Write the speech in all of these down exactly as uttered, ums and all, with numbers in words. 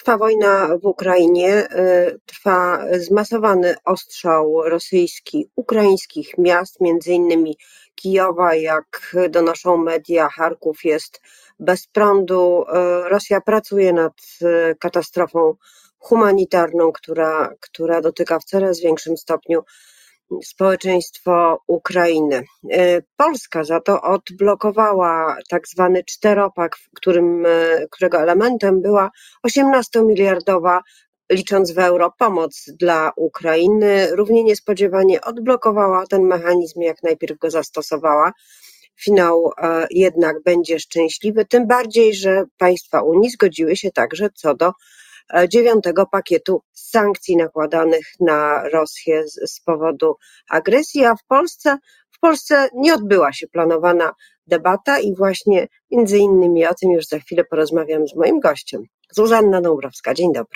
Trwa wojna w Ukrainie, trwa zmasowany ostrzał rosyjski ukraińskich miast, między innymi Kijowa, jak donoszą media, Charków jest bez prądu. Rosja pracuje nad katastrofą humanitarną, która, która dotyka w coraz większym stopniu społeczeństwo Ukrainy. Polska za to odblokowała tak zwany czteropak, w którym, którego elementem była osiemnastomiliardowa, licząc w euro, pomoc dla Ukrainy. Równie niespodziewanie odblokowała ten mechanizm, jak najpierw go zastosowała. Finał jednak będzie szczęśliwy, tym bardziej, że państwa Unii zgodziły się także co do dziewiątego pakietu sankcji nakładanych na Rosję z, z powodu agresji, a w Polsce, w Polsce nie odbyła się planowana debata i właśnie między innymi o tym już za chwilę porozmawiam z moim gościem, Zuzanna Dąbrowska. Dzień dobry.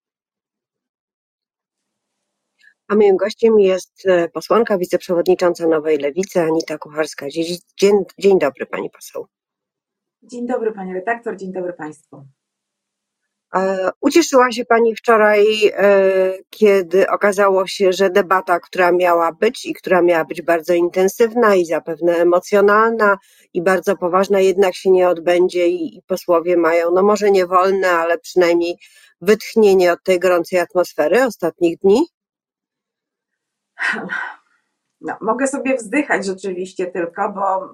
A moim gościem jest posłanka, wiceprzewodnicząca Nowej Lewicy, Anita Kucharska-Dziedzic. Dzień, dzień dobry, pani poseł. Dzień dobry, pani redaktor, dzień dobry państwu. Ucieszyła się pani wczoraj, kiedy okazało się, że debata, która miała być i która miała być bardzo intensywna i zapewne emocjonalna i bardzo poważna, jednak się nie odbędzie i posłowie mają, no może nie wolne, ale przynajmniej wytchnienie od tej gorącej atmosfery ostatnich dni? No, mogę sobie wzdychać rzeczywiście tylko, bo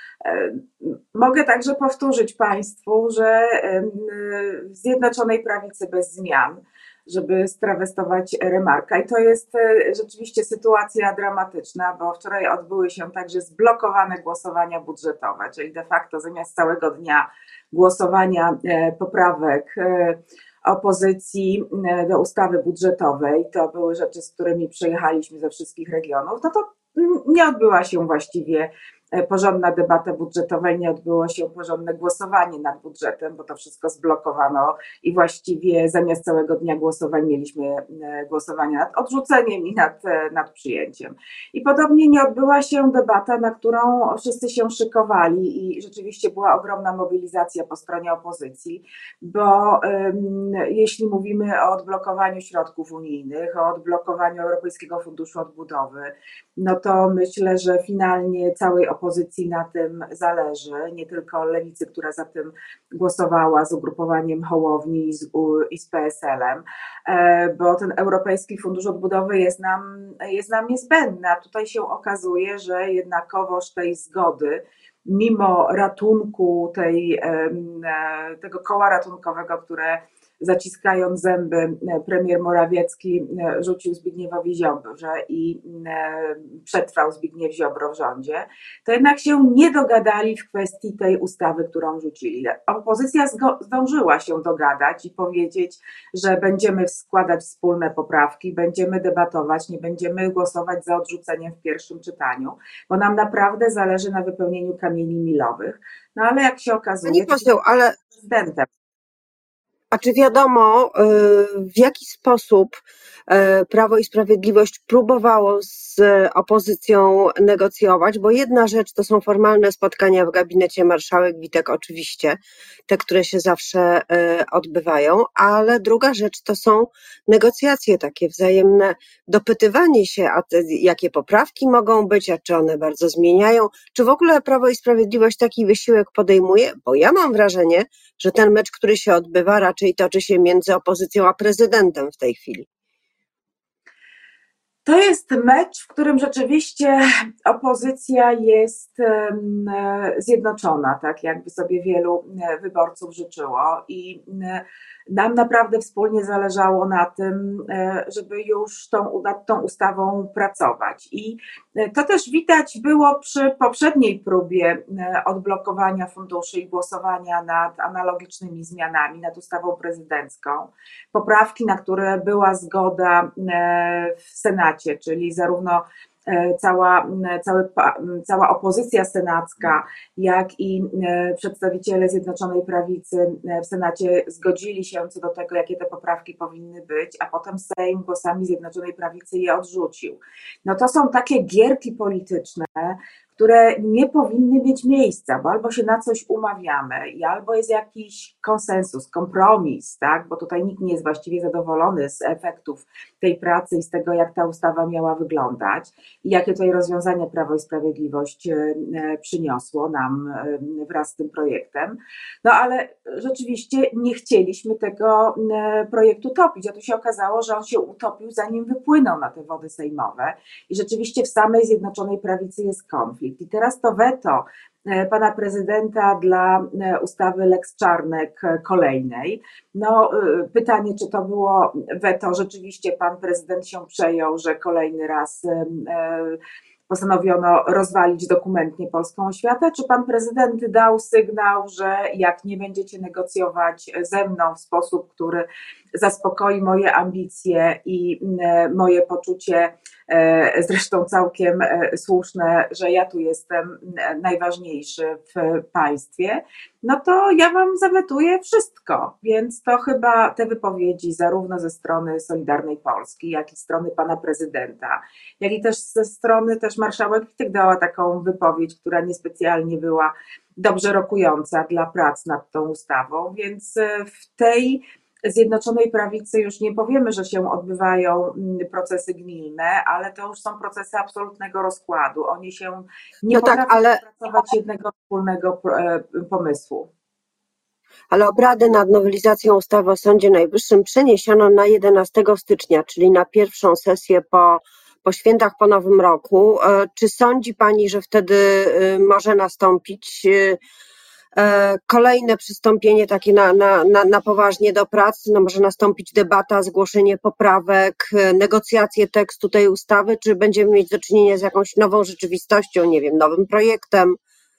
mogę także powtórzyć państwu, że w Zjednoczonej Prawicy bez zmian, żeby strawestować Remarka. I to jest rzeczywiście sytuacja dramatyczna, bo wczoraj odbyły się także zblokowane głosowania budżetowe, czyli de facto zamiast całego dnia głosowania poprawek opozycji do ustawy budżetowej, to były rzeczy, z którymi przyjechaliśmy ze wszystkich regionów, no to nie odbyła się właściwie porządna debata budżetowa i nie odbyło się porządne głosowanie nad budżetem, bo to wszystko zblokowano i właściwie zamiast całego dnia głosowań mieliśmy głosowanie nad odrzuceniem i nad, nad przyjęciem. I podobnie nie odbyła się debata, na którą wszyscy się szykowali i rzeczywiście była ogromna mobilizacja po stronie opozycji, bo um, jeśli mówimy o odblokowaniu środków unijnych, o odblokowaniu Europejskiego Funduszu Odbudowy, no to myślę, że finalnie całej opozycji na tym zależy, nie tylko Lewicy, która za tym głosowała z ugrupowaniem Hołowni i z, i z P S L-em, bo ten Europejski Fundusz Odbudowy jest nam, jest nam niezbędny, a tutaj się okazuje, że jednakowoż tej zgody, mimo ratunku tej, tego koła ratunkowego, które zaciskając zęby premier Morawiecki rzucił Zbigniewowi Ziobrze i przetrwał Zbigniew Ziobro w rządzie, to jednak się nie dogadali w kwestii tej ustawy, którą rzucili. Opozycja zdążyła się dogadać i powiedzieć, że będziemy składać wspólne poprawki, będziemy debatować, nie będziemy głosować za odrzuceniem w pierwszym czytaniu, bo nam naprawdę zależy na wypełnieniu kamieni milowych. No ale jak się okazuje, Pani poseł, ale prezydentem. A czy wiadomo, w jaki sposób Prawo i Sprawiedliwość próbowało z opozycją negocjować? Bo jedna rzecz to są formalne spotkania w gabinecie marszałek Witek, oczywiście, te, które się zawsze odbywają, ale druga rzecz to są negocjacje, takie wzajemne dopytywanie się, a te, jakie poprawki mogą być, a czy one bardzo zmieniają, czy w ogóle Prawo i Sprawiedliwość taki wysiłek podejmuje? Bo ja mam wrażenie, że ten mecz, który się odbywa, raczej toczy się między opozycją a prezydentem w tej chwili. To jest mecz, w którym rzeczywiście opozycja jest zjednoczona, tak jakby sobie wielu wyborców życzyło i nam naprawdę wspólnie zależało na tym, żeby już tą, nad tą ustawą pracować. I to też widać było przy poprzedniej próbie odblokowania funduszy i głosowania nad analogicznymi zmianami, nad ustawą prezydencką. Poprawki, na które była zgoda w Senacie, czyli zarówno Cała, cały, cała opozycja senacka, jak i przedstawiciele Zjednoczonej Prawicy w Senacie zgodzili się co do tego, jakie te poprawki powinny być, a potem Sejm głosami Zjednoczonej Prawicy je odrzucił. No to są takie gierki polityczne, które nie powinny mieć miejsca, bo albo się na coś umawiamy i albo jest jakiś konsensus, kompromis, tak? Bo tutaj nikt nie jest właściwie zadowolony z efektów tej pracy i z tego, jak ta ustawa miała wyglądać i jakie tutaj rozwiązania Prawo i Sprawiedliwość e, przyniosło nam e, wraz z tym projektem. No ale rzeczywiście nie chcieliśmy tego e, projektu topić, a tu się okazało, że on się utopił, zanim wypłynął na te wody sejmowe i rzeczywiście w samej Zjednoczonej Prawicy jest konflikt. I teraz to weto e, pana prezydenta dla e, ustawy Lex Czarnek e, kolejnej. No pytanie, czy to było weto, rzeczywiście pan prezydent się przejął, że kolejny raz e, postanowiono rozwalić dokumentnie polską oświatę, czy pan prezydent dał sygnał, że jak nie będziecie negocjować ze mną w sposób, który zaspokoi moje ambicje i moje poczucie, zresztą całkiem słuszne, że ja tu jestem najważniejszy w państwie, no to ja wam zawetuję wszystko. Więc to chyba te wypowiedzi zarówno ze strony Solidarnej Polski, jak i strony pana prezydenta, jak i też ze strony też marszałek Witek dała taką wypowiedź, która niespecjalnie była dobrze rokująca dla prac nad tą ustawą, więc w tej Zjednoczonej Prawicy już nie powiemy, że się odbywają procesy gnilne, ale to już są procesy absolutnego rozkładu. Oni się nie No potrafią tak, ale, wypracować jednego wspólnego pomysłu. ale obrady nad nowelizacją ustawy o Sądzie Najwyższym przeniesiono na jedenastego stycznia, czyli na pierwszą sesję po, po świętach po Nowym Roku. Czy sądzi Pani, że wtedy może nastąpić kolejne przystąpienie takie na, na, na, na poważnie do pracy? No może nastąpić debata, zgłoszenie poprawek, negocjacje tekstu tej ustawy, czy będziemy mieć do czynienia z jakąś nową rzeczywistością, nie wiem, nowym projektem?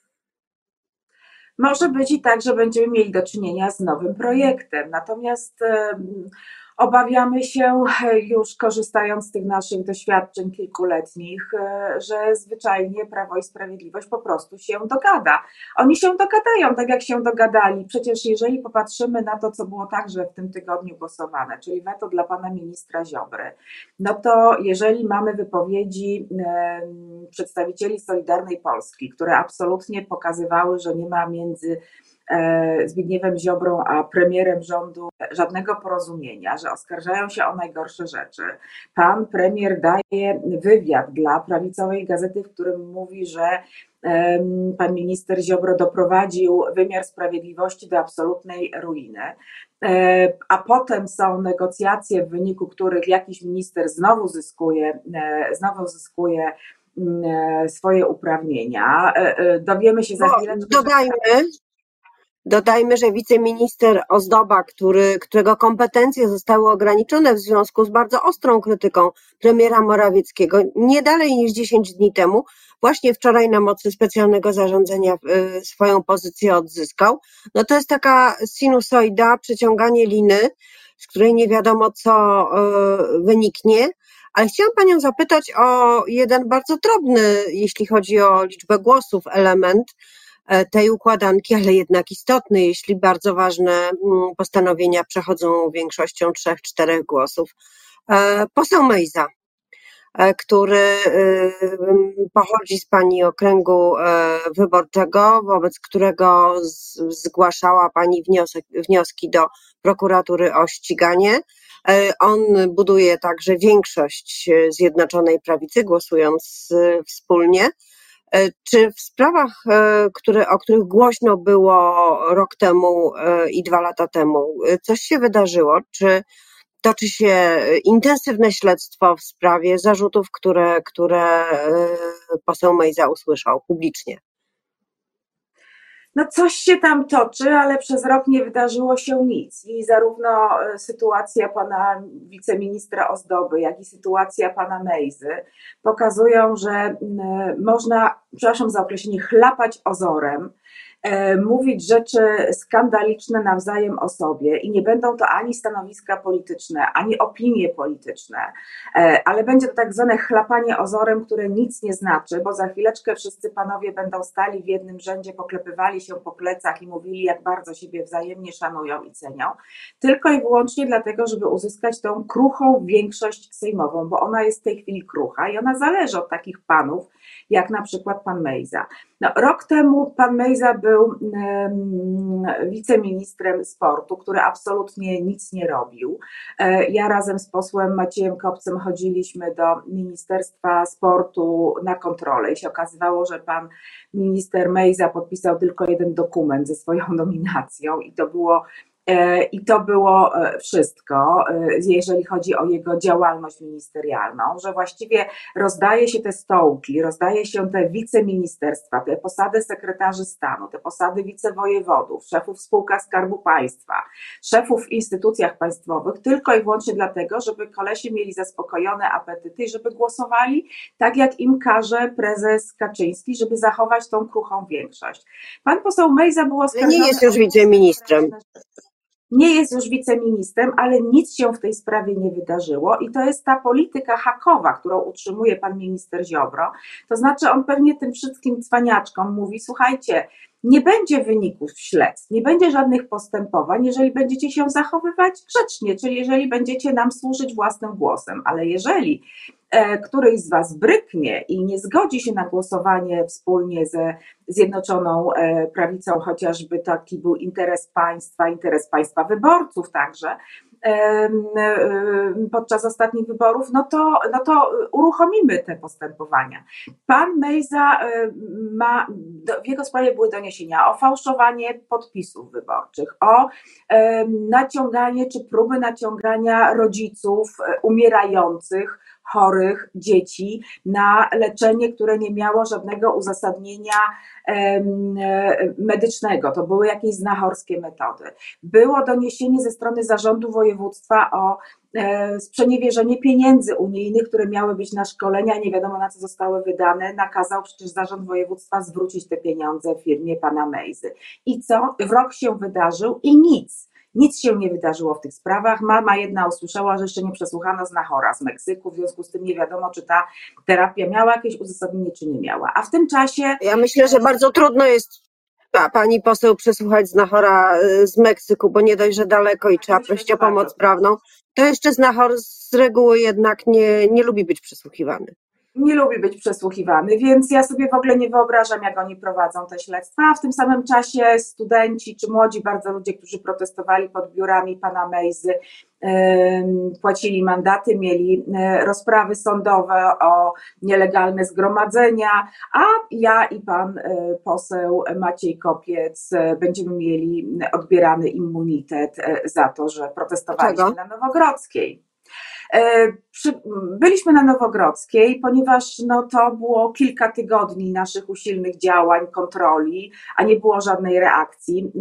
Może być i tak, że będziemy mieli do czynienia z nowym projektem, natomiast obawiamy się, już korzystając z tych naszych doświadczeń kilkuletnich, że zwyczajnie Prawo i Sprawiedliwość po prostu się dogada. Oni się dogadają, tak jak się dogadali. Przecież jeżeli popatrzymy na to, co było także w tym tygodniu głosowane, czyli weto dla pana ministra Ziobry, no to jeżeli mamy wypowiedzi przedstawicieli Solidarnej Polski, które absolutnie pokazywały, że nie ma między Zbigniewem Ziobrą a premierem rządu żadnego porozumienia, że oskarżają się o najgorsze rzeczy. Pan premier daje wywiad dla prawicowej gazety, w którym mówi, że pan minister Ziobro doprowadził wymiar sprawiedliwości do absolutnej ruiny. A potem są negocjacje, w wyniku których jakiś minister znowu zyskuje, znowu zyskuje swoje uprawnienia. Dowiemy się za chwilę. Dodajmy, Dodajmy, że wiceminister Ozdoba, który, którego kompetencje zostały ograniczone w związku z bardzo ostrą krytyką premiera Morawieckiego, nie dalej niż dziesięć dni temu, właśnie wczoraj na mocy specjalnego zarządzenia swoją pozycję odzyskał. No to jest taka sinusoida, przeciąganie liny, z której nie wiadomo co wyniknie. Ale chciałam panią zapytać o jeden bardzo drobny, jeśli chodzi o liczbę głosów, element tej układanki, ale jednak istotny, jeśli bardzo ważne postanowienia przechodzą większością trzech, czterech głosów. Poseł Mejza, który pochodzi z pani okręgu wyborczego, wobec którego zgłaszała pani wniosek, wnioski do prokuratury o ściganie. On buduje także większość Zjednoczonej Prawicy, głosując wspólnie. Czy w sprawach, które, o których głośno było rok temu i dwa lata temu, coś się wydarzyło? Czy toczy się intensywne śledztwo w sprawie zarzutów, które, które poseł Mejza usłyszał publicznie? No coś się tam toczy, ale przez rok nie wydarzyło się nic. I zarówno sytuacja pana wiceministra Ozdoby, jak i sytuacja pana Mejzy pokazują, że można, przepraszam za określenie, chlapać ozorem, mówić rzeczy skandaliczne nawzajem o sobie i nie będą to ani stanowiska polityczne, ani opinie polityczne, ale będzie to tak zwane chlapanie ozorem, które nic nie znaczy, bo za chwileczkę wszyscy panowie będą stali w jednym rzędzie, poklepywali się po plecach i mówili, jak bardzo siebie wzajemnie szanują i cenią, tylko i wyłącznie dlatego, żeby uzyskać tą kruchą większość sejmową, bo ona jest w tej chwili krucha i ona zależy od takich panów jak na przykład pan Mejza. No, rok temu pan Mejza był um, wiceministrem sportu, który absolutnie nic nie robił. Ja razem z posłem Maciejem Kopcem chodziliśmy do Ministerstwa Sportu na kontrolę i się okazywało, że pan minister Mejza podpisał tylko jeden dokument ze swoją nominacją i to było I to było wszystko, jeżeli chodzi o jego działalność ministerialną, że właściwie rozdaje się te stołki, rozdaje się te wiceministerstwa, te posady sekretarzy stanu, te posady wicewojewodów, szefów w spółkach Skarbu Państwa, szefów w instytucjach państwowych, tylko i wyłącznie dlatego, żeby kolesie mieli zaspokojone apetyty i żeby głosowali tak, jak im każe prezes Kaczyński, żeby zachować tą kruchą większość. Pan poseł Mejza był oskarżony... Nie jest już wiceministrem. Nie jest już wiceministrem, ale nic się w tej sprawie nie wydarzyło i to jest ta polityka hakowa, którą utrzymuje pan minister Ziobro. To znaczy on pewnie tym wszystkim cwaniaczkom mówi: słuchajcie, nie będzie wyników śledztw, nie będzie żadnych postępowań, jeżeli będziecie się zachowywać grzecznie, czyli jeżeli będziecie nam służyć własnym głosem, ale jeżeli któryś z was bryknie i nie zgodzi się na głosowanie wspólnie ze Zjednoczoną Prawicą, chociażby taki był interes państwa, interes państwa wyborców także, podczas ostatnich wyborów, no to, no to uruchomimy te postępowania. Pan Mejza ma, w jego sprawie były doniesienia o fałszowanie podpisów wyborczych, o naciąganie czy próby naciągania rodziców umierających, chorych dzieci na leczenie, które nie miało żadnego uzasadnienia medycznego. To były jakieś znachorskie metody. Było doniesienie ze strony zarządu województwa o sprzeniewierzenie pieniędzy unijnych, które miały być na szkolenia, nie wiadomo na co zostały wydane. Nakazał przecież zarząd województwa zwrócić te pieniądze firmie pana Mejzy. I co? Rok się wydarzył i nic. Nic się nie wydarzyło w tych sprawach. Mama jedna usłyszała, że jeszcze nie przesłuchano znachora z Meksyku, w związku z tym nie wiadomo, czy ta terapia miała jakieś uzasadnienie, czy nie miała. A w tym czasie... Ja myślę, że bardzo trudno jest pani poseł przesłuchać znachora z Meksyku, bo nie dość, że daleko i trzeba prosić o pomoc prawną, to jeszcze znachor z reguły jednak nie, nie lubi być przesłuchiwany. Nie lubi być przesłuchiwany, więc ja sobie w ogóle nie wyobrażam, jak oni prowadzą te śledztwa, a w tym samym czasie studenci czy młodzi bardzo ludzie, którzy protestowali pod biurami pana Mejzy, płacili mandaty, mieli rozprawy sądowe o nielegalne zgromadzenia, a ja i pan poseł Maciej Kopiec będziemy mieli odbierany immunitet za to, że protestowaliśmy na Nowogrodzkiej. Byliśmy na Nowogrodzkiej, ponieważ no, to było kilka tygodni naszych usilnych działań, kontroli, a nie było żadnej reakcji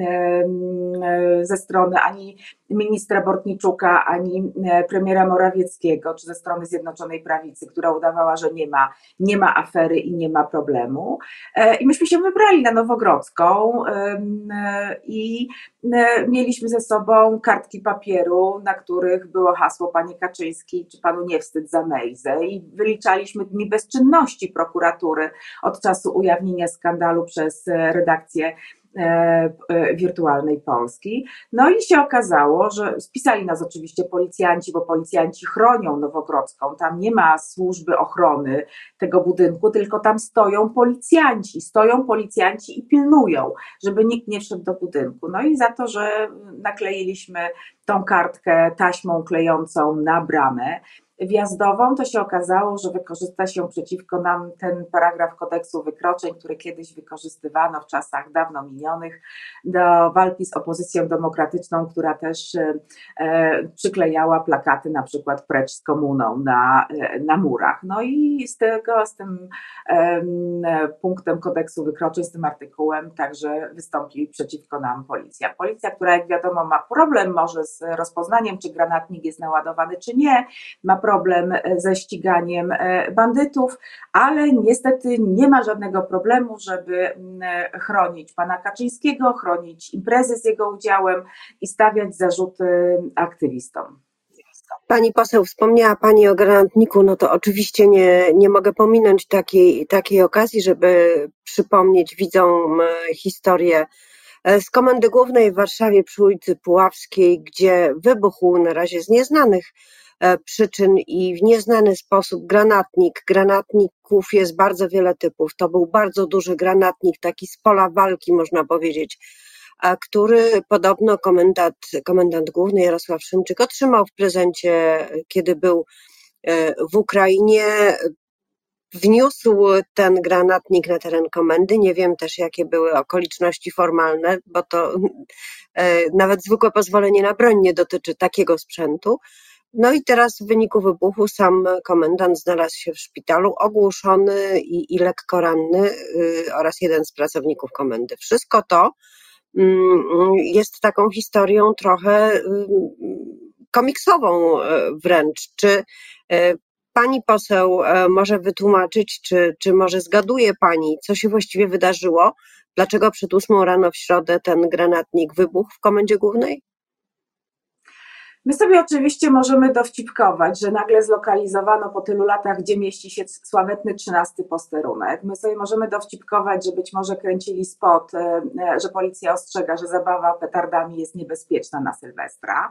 ze strony ani ministra Bortniczuka, ani premiera Morawieckiego, czy ze strony Zjednoczonej Prawicy, która udawała, że nie ma, nie ma afery i nie ma problemu. I myśmy się wybrali na Nowogrodzką i mieliśmy ze sobą kartki papieru, na których było hasło: panie Kaczyński, czy panu nie wstyd za Mejzę, i wyliczaliśmy dni bezczynności prokuratury od czasu ujawnienia skandalu przez redakcję Wirtualnej Polski. No i się okazało, że spisali nas oczywiście policjanci, bo policjanci chronią Nowogrodzką, tam nie ma służby ochrony tego budynku, tylko tam stoją policjanci, stoją policjanci i pilnują, żeby nikt nie wszedł do budynku. No i za to, że nakleiliśmy tą kartkę taśmą klejącą na bramę wjazdową, to się okazało, że wykorzysta się przeciwko nam ten paragraf kodeksu wykroczeń, który kiedyś wykorzystywano w czasach dawno minionych do walki z opozycją demokratyczną, która też e, przyklejała plakaty na przykład precz z komuną na, na murach. No i z tego, z tym e, punktem kodeksu wykroczeń, z tym artykułem także wystąpi przeciwko nam policja. Policja, która jak wiadomo ma problem może z rozpoznaniem, czy granatnik jest naładowany, czy nie, ma problem ze ściganiem bandytów, ale niestety nie ma żadnego problemu, żeby chronić pana Kaczyńskiego, chronić imprezy z jego udziałem i stawiać zarzuty aktywistom. Pani poseł, wspomniała pani o granatniku, no to oczywiście nie, nie mogę pominąć takiej, takiej okazji, żeby przypomnieć widzom historię z Komendy Głównej w Warszawie przy ulicy Puławskiej, gdzie wybuchł na razie z nieznanych przyczyn i w nieznany sposób granatnik. Granatników jest bardzo wiele typów. To był bardzo duży granatnik, taki z pola walki, można powiedzieć, który podobno komendant, komendant główny Jarosław Szymczyk otrzymał w prezencie, kiedy był w Ukrainie. Wniósł ten granatnik na teren komendy. Nie wiem też, jakie były okoliczności formalne, bo to nawet zwykłe pozwolenie na broń nie dotyczy takiego sprzętu. No i teraz w wyniku wybuchu sam komendant znalazł się w szpitalu, ogłuszony i, i lekko ranny oraz jeden z pracowników komendy. Wszystko to jest taką historią trochę komiksową wręcz. Czy pani poseł może wytłumaczyć, czy, czy może zgaduje pani, co się właściwie wydarzyło? Dlaczego przed ósmą rano w środę ten granatnik wybuchł w Komendzie Głównej? My sobie oczywiście możemy dowcipkować, że nagle zlokalizowano po tylu latach, gdzie mieści się sławetny trzynasty posterunek. My sobie możemy dowcipkować, że być może kręcili spot, że policja ostrzega, że zabawa petardami jest niebezpieczna na Sylwestra.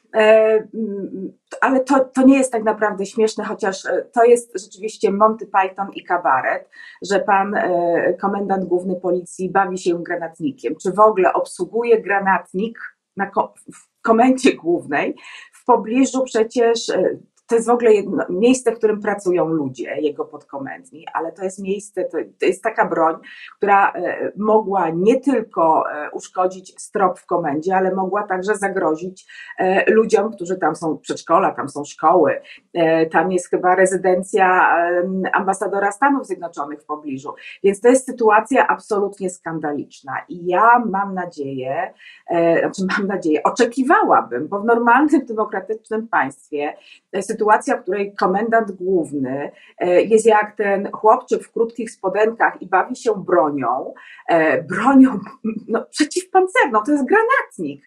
Ale to, to nie jest tak naprawdę śmieszne, chociaż to jest rzeczywiście Monty Python i kabaret, że pan komendant główny policji bawi się granatnikiem, czy w ogóle obsługuje granatnik na ko- w komendzie głównej, w pobliżu przecież, to jest w ogóle jedno, miejsce, w którym pracują ludzie, jego podkomendni, ale to jest miejsce, to, to jest taka broń, która mogła nie tylko uszkodzić strop w komendzie, ale mogła także zagrozić ludziom, którzy tam są przedszkola, tam są szkoły, tam jest chyba rezydencja ambasadora Stanów Zjednoczonych w pobliżu, więc to jest sytuacja absolutnie skandaliczna i ja mam nadzieję, znaczy mam nadzieję, oczekiwałabym, bo w normalnym, demokratycznym państwie sytuacja, w której komendant główny jest jak ten chłopczyk w krótkich spodenkach i bawi się bronią, bronią no, przeciwpancerną, to jest granatnik.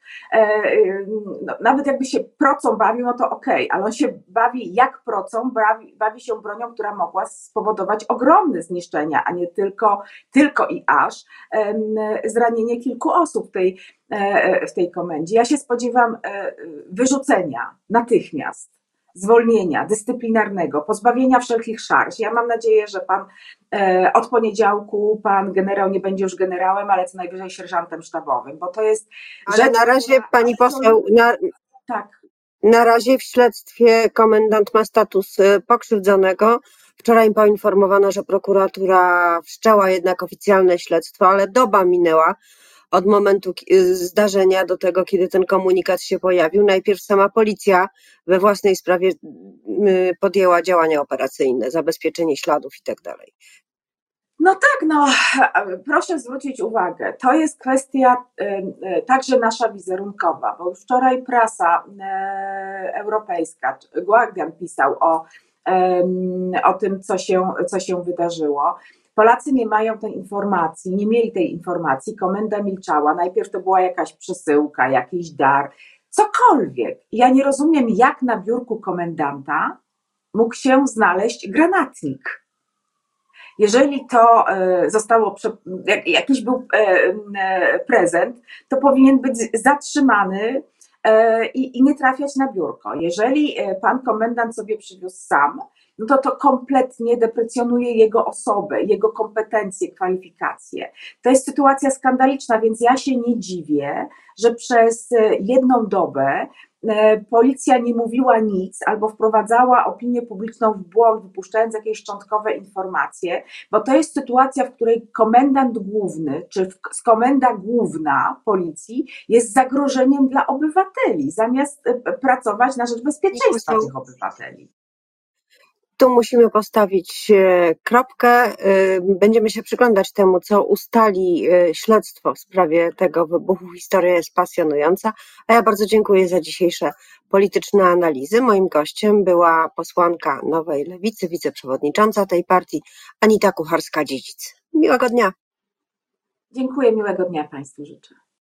No, nawet jakby się procą bawił, no to okej, ale on się bawi jak procą, bawi, bawi się bronią, która mogła spowodować ogromne zniszczenia, a nie tylko, tylko i aż zranienie kilku osób w tej, w tej komendzie. Ja się spodziewam wyrzucenia natychmiast, zwolnienia dyscyplinarnego, pozbawienia wszelkich szarż. Ja mam nadzieję, że pan e, od poniedziałku pan generał nie będzie już generałem, ale co najwyżej sierżantem sztabowym, bo to jest... Ale rzecz, na razie pani poseł, na, tak. na razie w śledztwie komendant ma status pokrzywdzonego. Wczoraj poinformowano, że prokuratura wszczęła jednak oficjalne śledztwo, ale doba minęła od momentu zdarzenia do tego, kiedy ten komunikat się pojawił. Najpierw sama policja we własnej sprawie podjęła działania operacyjne, zabezpieczenie śladów i tak dalej. No tak, no proszę zwrócić uwagę, to jest kwestia także nasza wizerunkowa, bo już wczoraj prasa europejska, Guardian pisał o, o tym, co się, co się wydarzyło. Polacy nie mają tej informacji, nie mieli tej informacji, komenda milczała, najpierw to była jakaś przesyłka, jakiś dar, cokolwiek. Ja nie rozumiem, jak na biurku komendanta mógł się znaleźć granatnik. Jeżeli to zostało, jakiś był prezent, to powinien być zatrzymany i, i nie trafiać na biurko. Jeżeli pan komendant sobie przywiózł sam, no to to kompletnie deprecjonuje jego osobę, jego kompetencje, kwalifikacje. To jest sytuacja skandaliczna, więc ja się nie dziwię, że przez jedną dobę policja nie mówiła nic albo wprowadzała opinię publiczną w błąd, wypuszczając jakieś szczątkowe informacje, bo to jest sytuacja, w której komendant główny, czy komenda główna policji jest zagrożeniem dla obywateli, zamiast pracować na rzecz bezpieczeństwa tych obywateli. Tu musimy postawić kropkę. Będziemy się przyglądać temu, co ustali śledztwo w sprawie tego wybuchu. Historia jest pasjonująca, a ja bardzo dziękuję za dzisiejsze polityczne analizy. Moim gościem była posłanka Nowej Lewicy, wiceprzewodnicząca tej partii, Anita Kucharska-Dziedzic. Miłego dnia. Dziękuję, miłego dnia Państwu życzę.